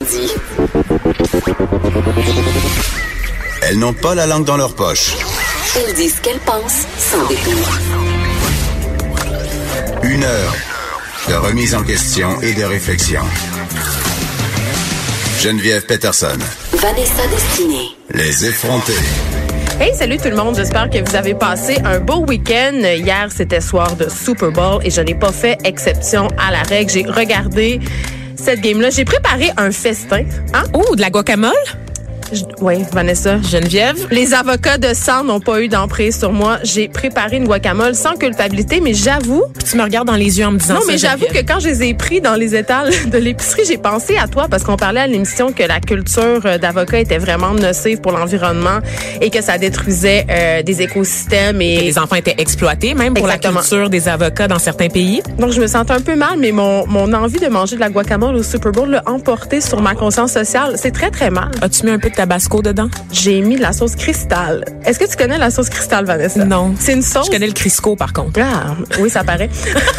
Elles n'ont pas la langue dans leur poche. Elles disent ce qu'elles pensent sans détour. 1 heure de remise en question et de réflexion. Geneviève Peterson. Vanessa Destinée. Les effrontés. Hey, salut tout le monde. J'espère que vous avez passé un beau week-end. Hier, c'était soir de Super Bowl et je n'ai pas fait exception à la règle. J'ai regardé cette game-là. J'ai préparé un festin. Hein? Oh, de la guacamole? Oui, Vanessa. Geneviève? Les avocats de sang n'ont pas eu d'emprise sur moi. J'ai préparé une guacamole sans culpabilité, mais j'avoue... Puis tu me regardes dans les yeux en me disant non, ça, mais j'avoue Geneviève. que quand je les ai pris dans les étals de l'épicerie, j'ai pensé à toi parce qu'on parlait à l'émission que la culture d'avocats était vraiment nocive pour l'environnement et que ça détruisait des écosystèmes et... Les enfants étaient exploités, même pour Exactement. la culture des avocats dans certains pays. Donc, je me sentais un peu mal, mais mon envie de manger de la guacamole au Super Bowl l'a emporté sur ma conscience sociale. C'est très, très mal. As-tu mis un peu de tabasco dedans? J'ai mis de la sauce cristal. Est-ce que tu connais la sauce cristal, Vanessa? Non. C'est une sauce... Je connais le Crisco, par contre. Ah, oui, ça paraît.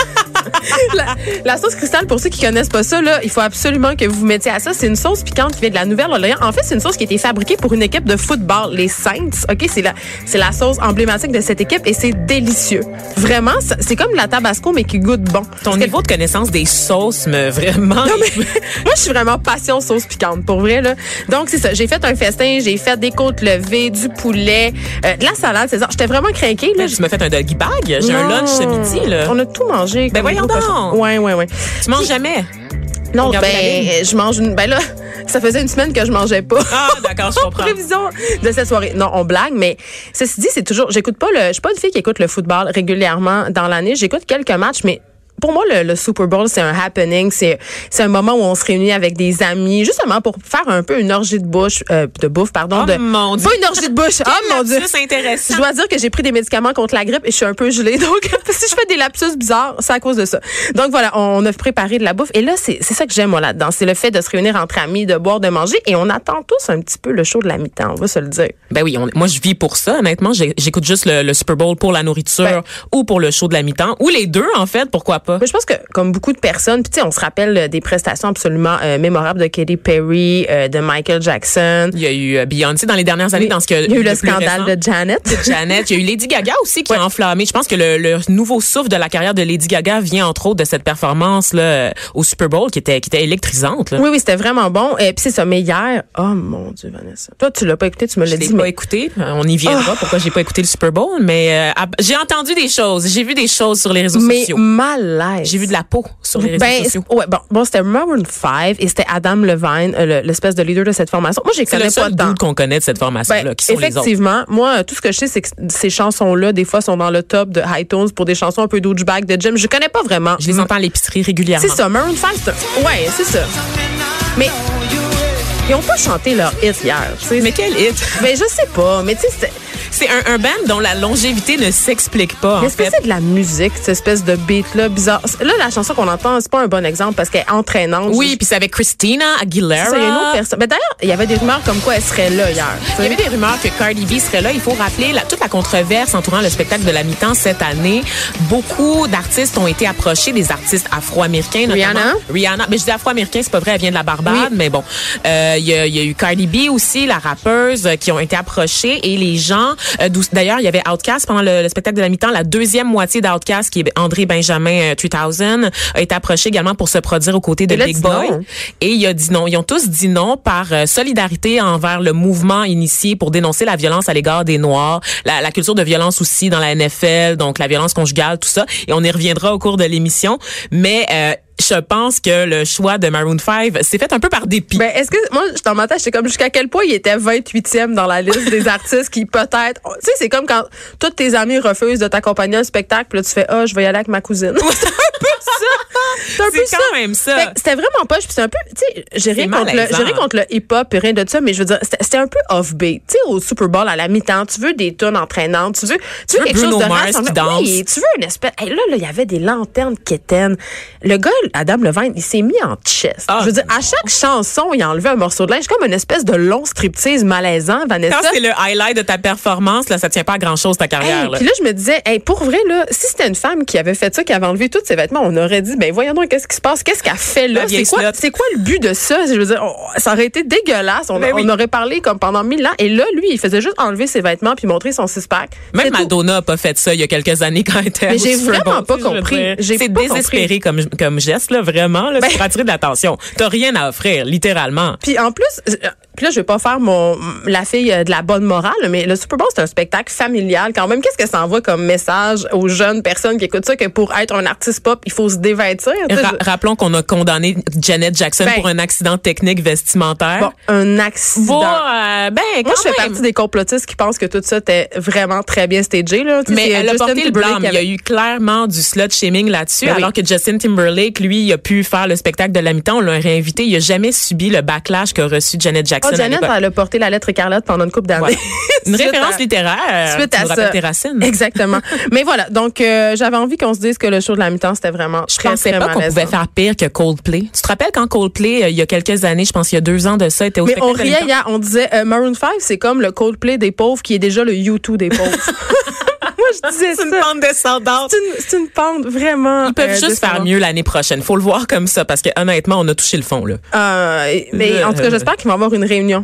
La sauce cristal, pour ceux qui connaissent pas ça, là, il faut absolument que vous vous mettiez à ça. C'est une sauce piquante qui vient de la Nouvelle-Orléans. En fait, c'est une sauce qui a été fabriquée pour une équipe de football, les Saints. OK, c'est la sauce emblématique de cette équipe et c'est délicieux. Vraiment, c'est comme de la tabasco, mais qui goûte bon. Ton niveau de connaissance des sauces me vraiment... Non, mais moi, je suis vraiment passion sauce piquante, pour vrai, là. Donc, c'est ça. J'ai fait un festin, j'ai fait des côtes levées, du poulet, de la salade, c'est ça. J'étais vraiment craquée, là. Tu m'as fait un doggy bag. J'ai un lunch ce midi, là. On a tout mangé. Ben voyons donc. Ouais. Tu manges jamais? Non, Regarde la ligne. je mange ben là, ça faisait une semaine que je mangeais pas. Ah, d'accord, je comprends. Prévision de cette soirée. Non, on blague, mais ceci dit, c'est toujours, je suis pas une fille qui écoute le football régulièrement dans l'année. J'écoute quelques matchs, mais pour moi, le Super Bowl, c'est un happening. C'est un moment où on se réunit avec des amis, justement pour faire un peu une orgie de bouffe, Mon Dieu. Pas une orgie de bouche. Oh mon Dieu. C'est intéressant. Je dois dire que j'ai pris des médicaments contre la grippe et je suis un peu gelée. Donc, si je fais des lapsus bizarres, c'est à cause de ça. Donc voilà, on a préparé de la bouffe. Et là, c'est ça que j'aime, moi, là-dedans. C'est le fait de se réunir entre amis, de boire, de manger. Et on attend tous un petit peu le show de la mi-temps, on va se le dire. Ben oui, moi, je vis pour ça, honnêtement. J'écoute juste le Super Bowl pour la nourriture ou pour le show de la mi-temps. Ou les deux, en fait, pourquoi pas? Mais je pense que, comme beaucoup de personnes, puis tu sais, on se rappelle des prestations absolument mémorables de Katy Perry, de Michael Jackson. Il y a eu Beyoncé dans les dernières années, dans ce que il y a eu le plus scandale récent. de Janet. Il y a eu Lady Gaga aussi qui a enflammé. Je pense que le nouveau souffle de la carrière de Lady Gaga vient entre autres de cette performance là au Super Bowl qui était électrisante. Là. Oui, c'était vraiment bon. Et puis c'est ça. Mais hier, oh mon Dieu, Vanessa. Toi, tu l'as pas écouté, tu me l'as dit. Je l'ai pas écouté. On y viendra. Pourquoi j'ai pas écouté le Super Bowl? Mais j'ai entendu des choses. J'ai vu des choses sur les réseaux sociaux. Mais malaise. J'ai vu de la peau sur les réseaux sociaux. Ouais, bon, c'était Maroon 5 et c'était Adam Levine, l'espèce de leader de cette formation. Moi, je connais pas dedans. C'est le seul dude qu'on connaît de cette formation-là, qui sont les autres. Effectivement. Moi, tout ce que je sais, c'est que ces chansons-là, des fois, sont dans le top de iTunes pour des chansons un peu douchebag de gym. Je connais pas vraiment. Je les entends à l'épicerie régulièrement. C'est ça, Maroon 5, ouais, c'est ça. Mais ils ont pas chanté leur hit hier. T'sais. Mais quel hit? Ben, je sais pas. Mais tu sais, c'est un band dont la longévité ne s'explique pas, Est-ce que c'est de la musique, cette espèce de beat-là bizarre? Là, la chanson qu'on entend, c'est pas un bon exemple parce qu'elle est entraînante. Oui, puis c'est avec Christina Aguilera. C'est ça, il y a une autre personne. Mais d'ailleurs, il y avait des rumeurs comme quoi elle serait là hier. Il y avait des rumeurs que Cardi B serait là. Il faut rappeler toute la controverse entourant le spectacle de la mi-temps cette année. Beaucoup d'artistes ont été approchés, des artistes afro-américains notamment. Rihanna. Mais je dis afro-américain, c'est pas vrai, elle vient de la Barbade, mais bon. Il y a eu Cardi B aussi, la rappeuse, qui ont été approchés et les gens... D'ailleurs, il y avait Outkast pendant le spectacle de la mi-temps. La deuxième moitié d'Outkast, qui est André Benjamin 3000, a été approché également pour se produire aux côtés de Big Boy. Non. Et il a dit non. Ils ont tous dit non par solidarité envers le mouvement initié pour dénoncer la violence à l'égard des Noirs, la culture de violence aussi dans la NFL, donc la violence conjugale, tout ça. Et on y reviendra au cours de l'émission. Mais je pense que le choix de Maroon 5 s'est fait un peu par dépit. Ben, est-ce que, moi, je t'en mentais, j'étais comme jusqu'à quel point il était 28e dans la liste des artistes qui peut-être, tu sais, c'est comme quand tous tes amis refusent de t'accompagner à un spectacle, puis là, tu fais, je vais y aller avec ma cousine. C'est un peu ça. C'est quand même ça. Ben, c'était vraiment poche, puis c'est un peu, tu sais, j'ai rien contre le hip-hop et rien de ça, mais je veux dire, c'était un peu off-beat. Tu sais, au Super Bowl, à la mi-temps, tu veux des tunes entraînantes, tu veux quelque Bruno chose de Mars qui danse. Oui, tu veux une espèce, là, il y avait des lanternes quétaines. Le gars, Adam Levine, il s'est mis en chest. Je veux dire, à chaque chanson, il a enlevé un morceau de linge, comme une espèce de long striptease malaisant, Vanessa. Quand c'est le highlight de ta performance, là, ça tient pas à grand-chose ta carrière. Puis là, je me disais, pour vrai, là, si c'était une femme qui avait fait ça, qui avait enlevé tous ses vêtements, on aurait dit, ben voyons donc, qu'est-ce qui se passe? Qu'est-ce qu'elle fait là? C'est quoi le but de ça? Je veux dire, ça aurait été dégueulasse. On aurait parlé comme pendant 1000 ans. Et là, lui, il faisait juste enlever ses vêtements puis montrer son six-pack. Même Madonna n'a pas fait ça il y a quelques années quand elle était. Mais j'ai vraiment pas compris. C'est désespéré comme geste, là, vraiment. Là, c'est pour attirer de l'attention. T'as rien à offrir, littéralement. Puis en plus, là, je vais pas faire la fille de la bonne morale, mais le Super Bowl, c'est un spectacle familial quand même. Qu'est-ce que ça envoie comme message aux jeunes personnes qui écoutent ça, que pour être un artiste pop, il faut se dévêtir? Rappelons qu'on a condamné Janet Jackson pour un accident technique vestimentaire. Bon, un accident. Moi, je fais partie des complotistes qui pensent que tout ça était vraiment très bien stagé. Là. Mais elle a porté le blâme. Il y a eu clairement du slut-shaming là-dessus, alors que Justin Timberlake, lui, il a pu faire le spectacle de la mi-temps. On l'a réinvité. Il a jamais subi le backlash qu'a reçu Janet Jackson. Janet, elle a porté la lettre écarlate pendant une couple d'années. Ouais. Une référence littéraire. Suite à ça. Tes racines. Exactement. Mais voilà. Donc, j'avais envie qu'on se dise que le show de la mi-temps, c'était vraiment Je pensais pas qu'on pouvait faire pire que Coldplay. Tu te rappelles quand Coldplay, il y a quelques années, je pense il y a 2 ans de ça, était au spectacle. Mais on riait hier, on disait Maroon 5, c'est comme le Coldplay des pauvres qui est déjà le U2 des pauvres. Moi, je disais c'est une pente descendante. C'est une pente vraiment. Ils peuvent juste faire mieux l'année prochaine. Faut le voir comme ça parce que honnêtement, on a touché le fond là. Mais en tout cas, j'espère qu'ils vont avoir une réunion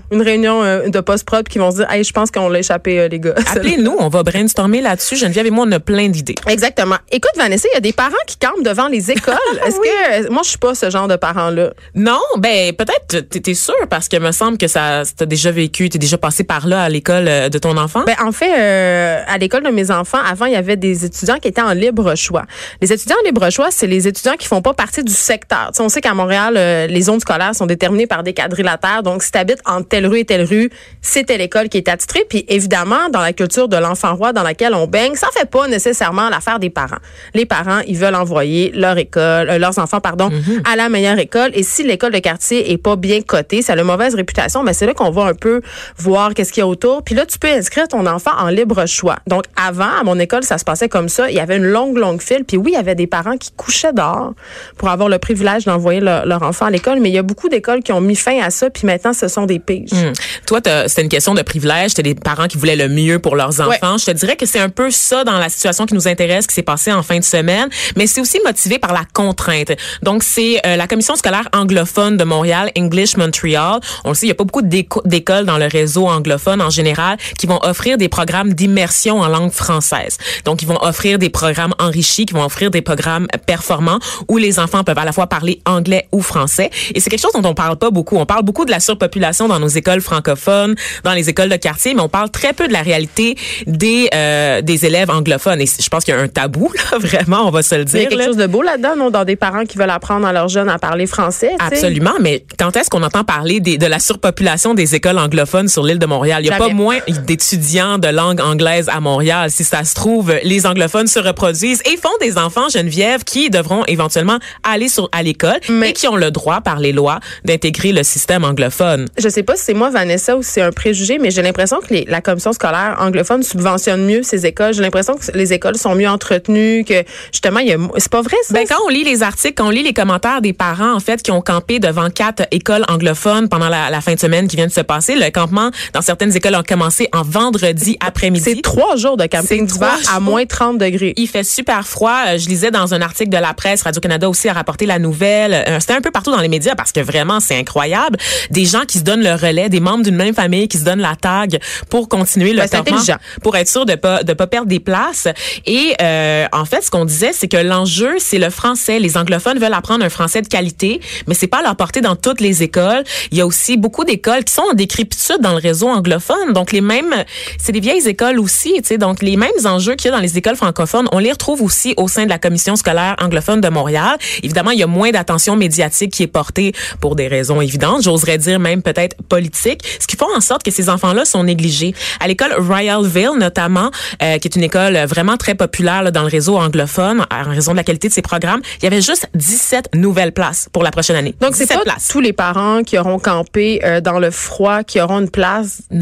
de post-prod qui vont se dire, hey, je pense qu'on l'a échappé les gars. Appelez-nous, on va brainstormer là-dessus. Geneviève et moi, on a plein d'idées. Exactement. Écoute Vanessa, il y a des parents qui campent devant les écoles. Est-ce que moi je suis pas ce genre de parent-là? Non, peut-être t'es sûre parce que me semble que t'as déjà vécu, t'es déjà passé par là à l'école de ton enfant. En fait, à l'école de mes enfants, avant il y avait des étudiants qui étaient en libre choix. Les étudiants en libre choix, c'est les étudiants qui font pas partie du secteur. T'sais, on sait qu'à Montréal, les zones scolaires sont déterminées par des quadrilatères. Donc si t'habites entre telle rue et telle rue, c'était l'école qui est attitrée. Puis évidemment, dans la culture de l'enfant roi dans laquelle on baigne, ça fait pas nécessairement l'affaire des parents. Les parents, ils veulent envoyer leurs enfants, à la meilleure école. Et si l'école de quartier est pas bien cotée, ça a une mauvaise réputation, c'est là qu'on va un peu voir qu'est-ce qu'il y a autour. Puis là, tu peux inscrire ton enfant en libre choix. Donc, avant, à mon école, ça se passait comme ça. Il y avait une longue file. Puis oui, il y avait des parents qui couchaient dehors pour avoir le privilège d'envoyer leur enfant à l'école. Mais il y a beaucoup d'écoles qui ont mis fin à ça. Puis maintenant, ce sont des piges. Toi, c'était une question de privilège. C'était des parents qui voulaient le mieux pour leurs enfants. Ouais. Je te dirais que c'est un peu ça dans la situation qui nous intéresse, qui s'est passée en fin de semaine. Mais c'est aussi motivé par la contrainte. Donc, c'est la commission scolaire anglophone de Montréal, English Montreal. On le sait, il y a pas beaucoup d'écoles dans le réseau anglophone en général qui vont offrir des programmes d'immersion en langue française. Donc, ils vont offrir des programmes enrichis, qui vont offrir des programmes performants où les enfants peuvent à la fois parler anglais ou français. Et c'est quelque chose dont on parle pas beaucoup. On parle beaucoup de la surpopulation dans nos écoles francophones, dans les écoles de quartier, mais on parle très peu de la réalité des élèves anglophones. Et je pense qu'il y a un tabou, là, vraiment, on va se le dire. Il y a quelque chose de beau là-dedans, non? Dans des parents qui veulent apprendre à leurs jeunes à parler français. Absolument, mais quand est-ce qu'on entend parler de la surpopulation des écoles anglophones sur l'île de Montréal? Il n'y a pas moins d'étudiants de langue anglaise à Montréal. Si ça se trouve, les anglophones se reproduisent et font des enfants, Geneviève, qui devront éventuellement aller à l'école et qui ont le droit, par les lois, d'intégrer le système anglophone. Je sais pas si c'est moi, Vanessa, ou si c'est un préjugé, mais j'ai l'impression que la commission scolaire anglophone subventionne mieux ces écoles. J'ai l'impression que les écoles sont mieux entretenues, que justement, c'est pas vrai ça? Quand on lit les articles, quand on lit les commentaires des parents, en fait, qui ont campé devant 4 écoles anglophones pendant la fin de semaine qui vient de se passer, le campement dans certaines écoles a commencé en vendredi après-midi. C'est 3 jours de camping d'hiver à moins 30 degrés. Il fait super froid. Je lisais dans un article de la presse, Radio-Canada aussi a rapporté la nouvelle. C'était un peu partout dans les médias parce que vraiment, c'est incroyable. Des gens qui se donnent le relais, des membres d'une même famille qui se donnent la tag pour continuer le campement, pour être sûr de pas perdre des places. Et en fait, ce qu'on disait, c'est que l'enjeu, c'est le français. Les anglophones veulent apprendre un français de qualité, mais c'est pas à leur portée dans toutes les écoles. Il y a aussi beaucoup d'écoles qui sont en décrépitude dans le réseau anglophone. Donc c'est des vieilles écoles aussi, tu sais. Donc les mêmes enjeux qu'il y a dans les écoles francophones, on les retrouve aussi au sein de la commission scolaire anglophone de Montréal. Évidemment, il y a moins d'attention médiatique qui est portée pour des raisons évidentes. J'oserais dire même peut-être politiques, ce qui fait en sorte que ces enfants-là sont négligés. À l'école Rialville, notamment, qui est une école vraiment très populaire là, dans le réseau anglophone, en raison de la qualité de ses programmes, il y avait juste 17 nouvelles places pour la prochaine année. Donc, c'est pas tous les parents qui auront campé dans le froid, qui auront une place dans les...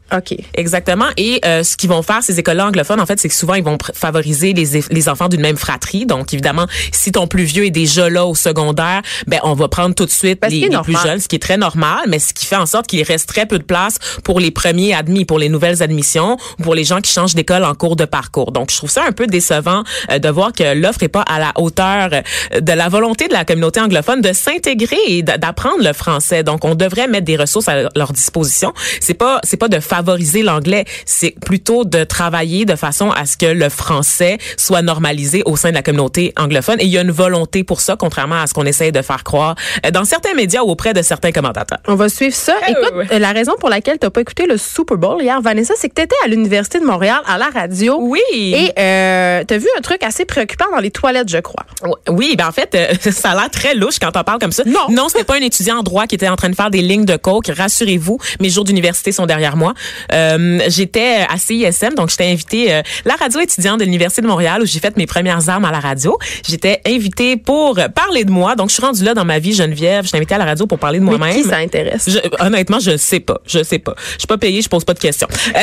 OK. Exactement. Et ce qu'ils vont faire, ces écoles-là anglophones, en fait, c'est que souvent, ils vont favoriser les enfants d'une même fratrie. Donc, évidemment, si ton plus vieux est déjà là au secondaire, ben on va prendre tout de suite les plus jeunes, ce qui est très normal, mais ce qui fait en sorte qu'il reste très peu de place pour les premiers admis, pour les nouvelles admissions, pour les gens qui changent d'école en cours de parcours. Donc, je trouve ça un peu décevant de voir que l'offre est pas à la hauteur de la volonté de la communauté anglophone de s'intégrer et d'apprendre le français. Donc, on devrait mettre des ressources à leur disposition. C'est pas de favoriser l'anglais, c'est plutôt de travailler de façon à ce que le français soit normalisé au sein de la communauté anglophone. Et il y a une volonté pour ça, contrairement à ce qu'on essaye de faire croire dans certains médias ou auprès de certains commentateurs. On va suivre ça. Écoute, la raison pour laquelle t'as pas écouté le Super Bowl hier, Vanessa, c'est que t'étais à l'Université de Montréal à la radio. Oui. Et t'as vu un truc assez préoccupant dans les toilettes, je crois. Oui, ben en fait, ça a l'air très louche quand on parle comme ça. Non, c'était pas un étudiant en droit qui était en train de faire des lignes de coke. Rassurez-vous, mes jours d'université sont derrière moi. J'étais à CISM, donc j'étais invitée la radio étudiante de l'Université de Montréal où j'ai fait mes premières armes à la radio. J'étais invitée pour parler de moi. Donc je suis rendue là dans ma vie, Geneviève. Je suis invitée à la radio pour parler de moi-même. Mais qui ça intéresse? Honnêtement, je sais pas. Je suis pas payée, je pose pas de questions.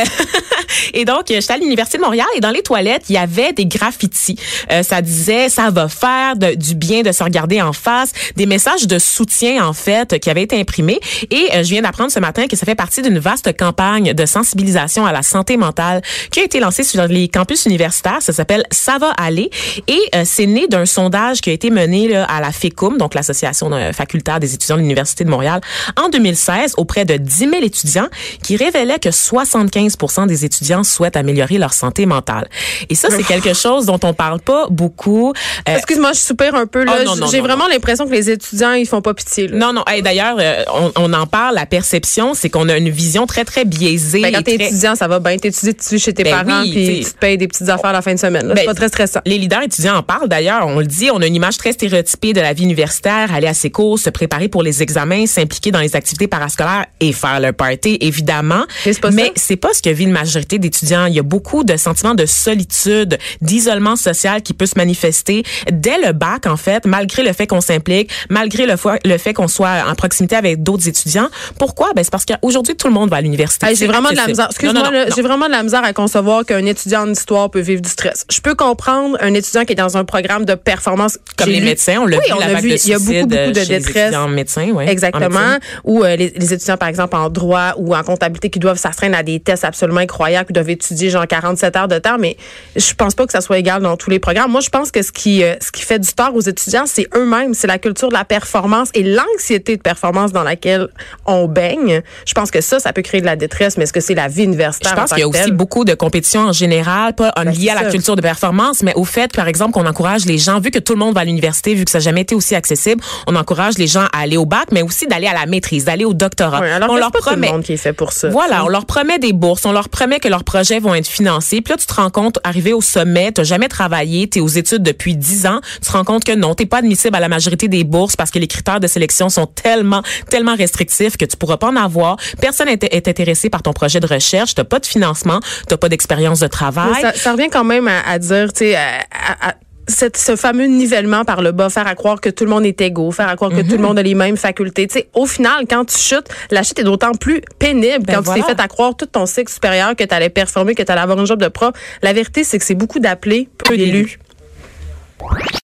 Et donc j'étais à l'Université de Montréal et dans les toilettes, il y avait des graffitis. Ça disait ça va faire du bien de se regarder en face, des messages de soutien en fait qui avaient été imprimés et je viens d'apprendre ce matin que ça fait partie d'une vaste campagne de sensibilisation à la santé mentale qui a été lancée sur les campus universitaires. Ça s'appelle Ça va aller et c'est né d'un sondage qui a été mené là, à la FECUM, donc l'association facultaire des étudiants de l'Université de Montréal, en 2016 auprès de 10 000 étudiants qui révélait que 75% des étudiants souhaitent améliorer leur santé mentale. Et ça, c'est quelque chose dont on parle pas beaucoup. Excuse-moi, je soupire un peu. Là. J'ai vraiment l'impression que les étudiants, ils font pas pitié. Là. Non. Hey, d'ailleurs, on en parle, la perception, c'est qu'on a une vision très, très biaisée. Ben, quand t'es étudiant, ça va bien. T'étudies chez tes parents puis tu te payes des petites affaires la fin de semaine. C'est pas très stressant. Les leaders étudiants en parlent. D'ailleurs, on le dit, on a une image très stéréotypée de la vie universitaire, aller à ses cours, se préparer pour les examens, s'impliquer dans les activités parascolaires et faire le party, évidemment. Mais c'est pas ce que vit une majorité d'étudiants. Il y a beaucoup de sentiments de solitude, d'isolement social qui peut se manifester dès le bac, en fait, malgré le fait qu'on s'implique, malgré le fait qu'on soit en proximité avec d'autres étudiants. Pourquoi? Ben, c'est parce qu'aujourd'hui, tout le monde va à l'université. J'ai vraiment de la misère. Excuse-moi, j'ai vraiment de la misère à concevoir qu'un étudiant en histoire peut vivre du stress. Je peux comprendre un étudiant qui est dans un programme de performance. Comme les médecins, on l'a vu, la vague de suicide. Il y a beaucoup de détresse. Les étudiants médecins, oui. Exactement. Ou les étudiants, par exemple, en droit ou en comptabilité qui doivent s'astreindre à des tests absolument incroyables, qui doivent étudier genre 47 heures de temps, mais je pense pas que ça soit égal dans tous les programmes. Moi, je pense que ce qui fait du tort aux étudiants, c'est eux-mêmes, c'est la culture de la performance et l'anxiété de performance dans laquelle on baigne. Je pense que ça peut créer de la détresse, mais est-ce que c'est la vie universitaire? Je pense qu'il y a aussi beaucoup de compétitions en général, pas liées à la culture de performance, mais au fait, par exemple, qu'on encourage les gens, vu que tout le monde va à l'université, vu que ça n'a jamais été aussi accessible, on encourage les gens à aller au bac, mais aussi d'aller à la maîtrise, d'aller au doctorat. Oui, alors on leur promet, tout le monde qui est fait pour ça. Voilà, on leur promet des bourses, on leur promet que leurs projets vont être financés. Puis là, tu te rends compte, arrivé au sommet, tu n'as jamais travaillé, tu es aux études depuis 10 ans, tu te rends compte que non, tu n'es pas admissible à la majorité des bourses parce que les critères de sélection sont tellement restrictifs que tu pourras pas en avoir. Personne est intéressé par ton projet de recherche, tu n'as pas de financement, tu n'as pas d'expérience de travail. Ça revient quand même à dire, tu sais, ce fameux nivellement par le bas, faire à croire que tout le monde est égaux, faire à croire que tout le monde a les mêmes facultés. Tu sais, au final, quand tu chutes, la chute est d'autant plus pénible quand tu t'es fait à croire tout ton cycle supérieur que tu allais performer, que tu allais avoir un job de prof. La vérité, c'est que c'est beaucoup d'appelés, peu d'élus.